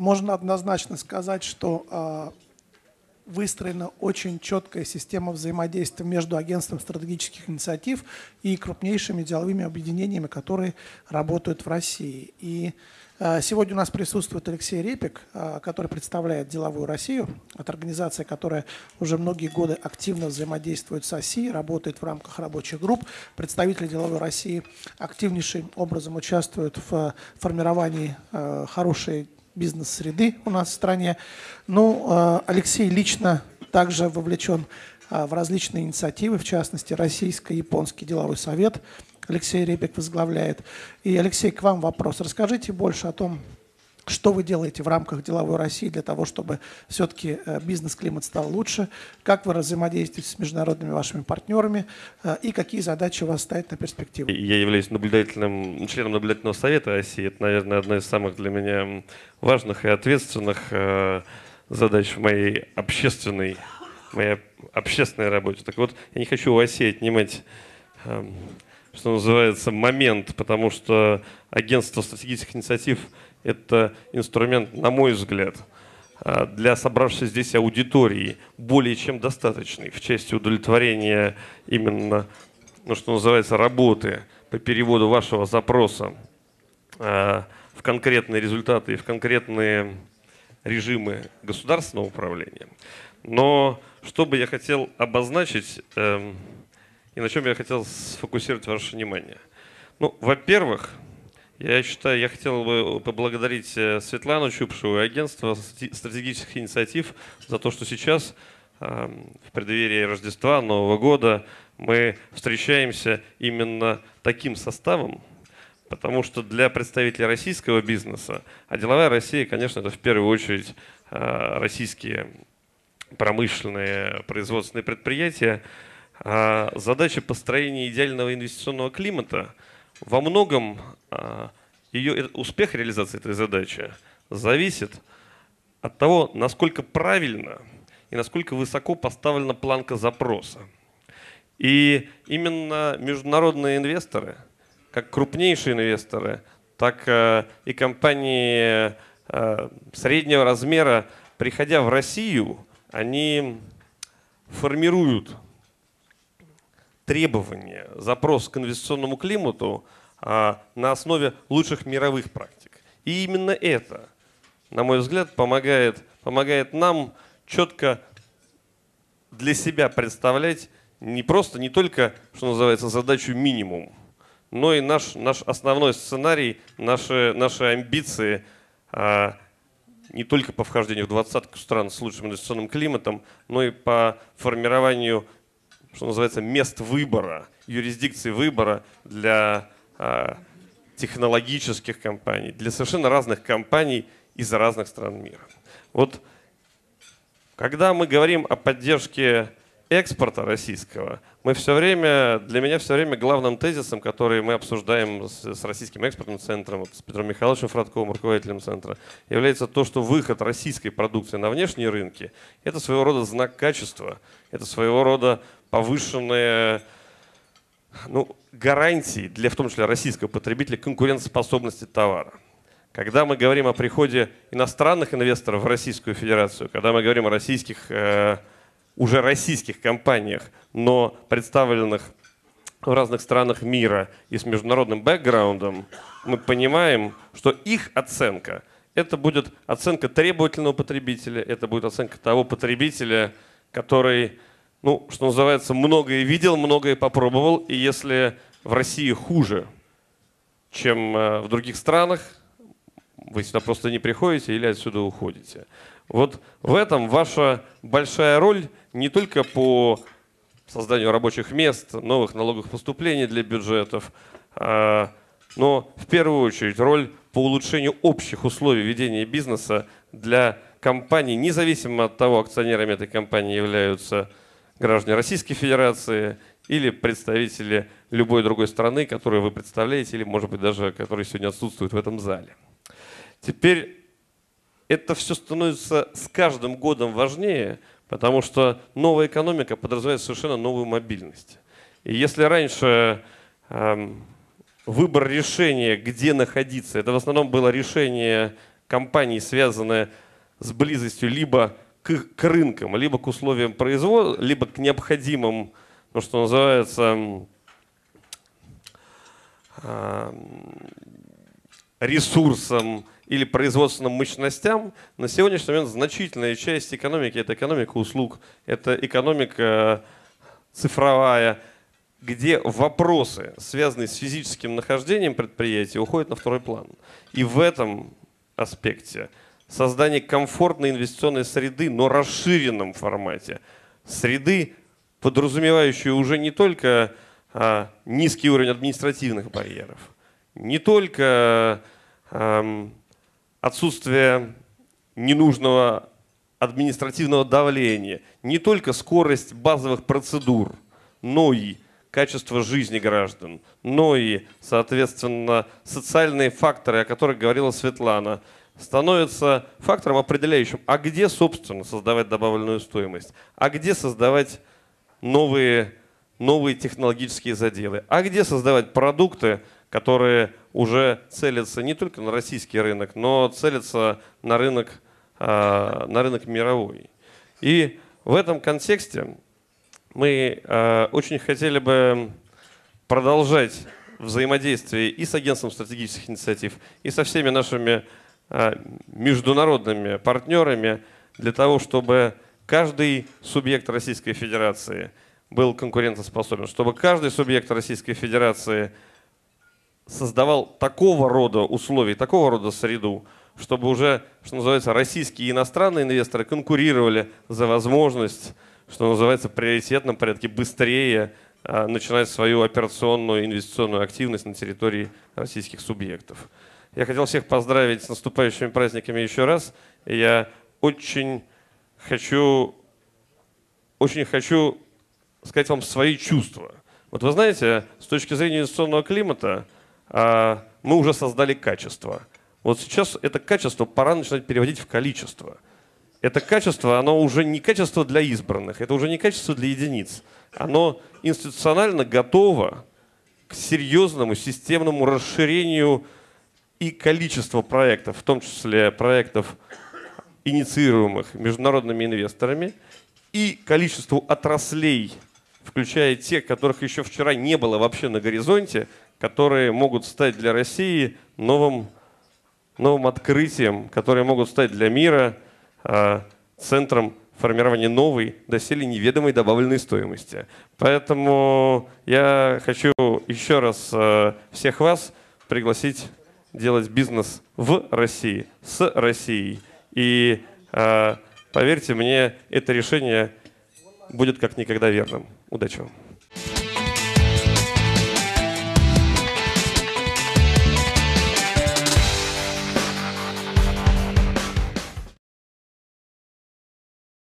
можно однозначно сказать, что выстроена очень четкая система взаимодействия между агентством стратегических инициатив и крупнейшими деловыми объединениями, которые работают в России. И сегодня у нас присутствует Алексей Репик, который представляет «Деловую Россию». Это организация, которая уже многие годы активно взаимодействует с ОСИ, работает в рамках рабочих групп. Представители «Деловой России» активнейшим образом участвуют в формировании хорошей бизнес-среды у нас в стране. Ну, Алексей лично также вовлечен в различные инициативы, в частности, Российско-японский деловой совет Алексей Репик возглавляет. И, Алексей, к вам вопрос. Расскажите больше о том, что вы делаете в рамках «Деловой России» для того, чтобы все-таки бизнес-климат стал лучше, как вы взаимодействуете с международными вашими партнерами и какие задачи у вас стоят на перспективу. Я являюсь членом наблюдательного совета России. Это, наверное, одна из самых для меня важных и ответственных задач в моей общественной работе. Так вот, я не хочу у России отнимать, что называется, момент, потому что агентство стратегических инициатив – это инструмент, на мой взгляд, для собравшейся здесь аудитории более чем достаточный в части удовлетворения именно, что называется, работы по переводу вашего запроса в конкретные результаты и в конкретные режимы государственного управления. Но что бы я хотел обозначить и на чем я хотел сфокусировать ваше внимание. Ну, во-первых, я считаю, я хотел бы поблагодарить Светлану Чупшеву и агентство стратегических инициатив за то, что сейчас, в преддверии Рождества, Нового года, мы встречаемся именно таким составом, потому что для представителей российского бизнеса, а «Деловая Россия», конечно, это в первую очередь российские промышленные производственные предприятия, задача построения идеального инвестиционного климата во многом успех реализации этой задачи зависит от того, насколько правильно и насколько высоко поставлена планка запроса. И именно международные инвесторы, как крупнейшие инвесторы, так и компании среднего размера, приходя в Россию, они формируют требования, запрос к инвестиционному климату на основе лучших мировых практик. И именно это, на мой взгляд, помогает нам четко для себя представлять не только, что называется, задачу минимум, но и наш основной сценарий, наши амбиции не только по вхождению в двадцатку стран с лучшим инвестиционным климатом, но и по формированию, что называется, мест выбора, юрисдикции выбора для технологических компаний, для совершенно разных компаний из разных стран мира. Вот когда мы говорим о поддержке экспорта российского, для меня все время главным тезисом, который мы обсуждаем с Российским экспортным центром, с Петром Михайловичем Фродковым, руководителем центра, является то, что выход российской продукции на внешние рынки – это своего рода знак качества, это своего рода повышенные гарантии для, в том числе, российского потребителя, конкурентоспособности товара. Когда мы говорим о приходе иностранных инвесторов в Российскую Федерацию, когда мы говорим о уже российских компаниях, но представленных в разных странах мира и с международным бэкграундом, мы понимаем, что их оценка – это будет оценка требовательного потребителя, это будет оценка того потребителя, который, что называется, многое видел, многое попробовал, и если в России хуже, чем в других странах, вы сюда просто не приходите или отсюда уходите. Вот в этом ваша большая роль не только по созданию рабочих мест, новых налоговых поступлений для бюджетов, но в первую очередь роль по улучшению общих условий ведения бизнеса для компаний, независимо от того, акционерами этой компании являются граждане Российской Федерации или представители любой другой страны, которую вы представляете, или, может быть, даже которые сегодня отсутствуют в этом зале. Теперь это все становится с каждым годом важнее, потому что новая экономика подразумевает совершенно новую мобильность. И если раньше выбор решения, где находиться, это в основном было решение компаний, связанные с близостью либо к рынкам, либо к условиям производства, либо к необходимым, ну, что называется, ресурсам или производственным мощностям, на сегодняшний момент значительная часть экономики – это экономика услуг, это экономика цифровая, где вопросы, связанные с физическим нахождением предприятия, уходят на второй план. И в этом аспекте создание комфортной инвестиционной среды, но расширенном формате, среды, подразумевающей уже не только низкий уровень административных барьеров, не только отсутствие ненужного административного давления, не только скорость базовых процедур, но и качество жизни граждан, но и, соответственно, социальные факторы, о которых говорила Светлана, становятся фактором определяющим, а где, собственно, создавать добавленную стоимость, а где создавать новые технологические заделы, а где создавать продукты, которые уже целятся не только на российский рынок, но целятся на рынок мировой. И в этом контексте мы очень хотели бы продолжать взаимодействие и с Агентством стратегических инициатив, и со всеми нашими международными партнерами для того, чтобы каждый субъект Российской Федерации был конкурентоспособен, чтобы каждый субъект Российской Федерации создавал такого рода условия, такого рода среду, чтобы уже, что называется, российские и иностранные инвесторы конкурировали за возможность, что называется, в приоритетном порядке быстрее начинать свою операционную инвестиционную активность на территории российских субъектов. Я хотел всех поздравить с наступающими праздниками еще раз. Я очень хочу сказать вам свои чувства. Вот вы знаете, с точки зрения инвестиционного климата, мы уже создали качество. Вот сейчас это качество пора начинать переводить в количество. Это качество, оно уже не качество для избранных, это уже не качество для единиц. Оно институционально готово к серьезному системному расширению и количества проектов, в том числе проектов, инициируемых международными инвесторами, и количеству отраслей, включая тех, которых еще вчера не было вообще на горизонте, которые могут стать для России новым открытием, которые могут стать для мира центром формирования новой, доселе неведомой добавленной стоимости. Поэтому я хочу еще раз всех вас пригласить делать бизнес в России, с Россией. И поверьте мне, это решение будет как никогда верным. Удачи вам!